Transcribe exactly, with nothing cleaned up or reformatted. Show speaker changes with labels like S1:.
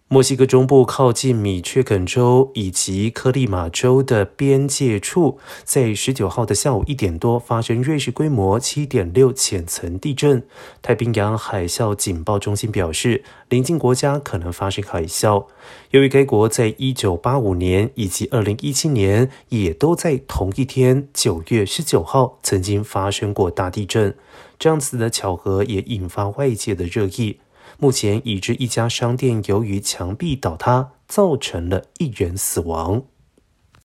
S1: 墨西哥中部靠近米却肯州以及科利马州的边界处，在十九号的下午一点多发生瑞士规模 七点六 浅层地震。太平洋海啸警报中心表示，邻近国家可能发生海啸。由于该国在一九八五年以及二零一七年也都在同一天九月十九号曾经发生过大地震，这样子的巧合也引发外界的热议。目前已知一家商店由于墙壁倒塌，造成了一人死亡。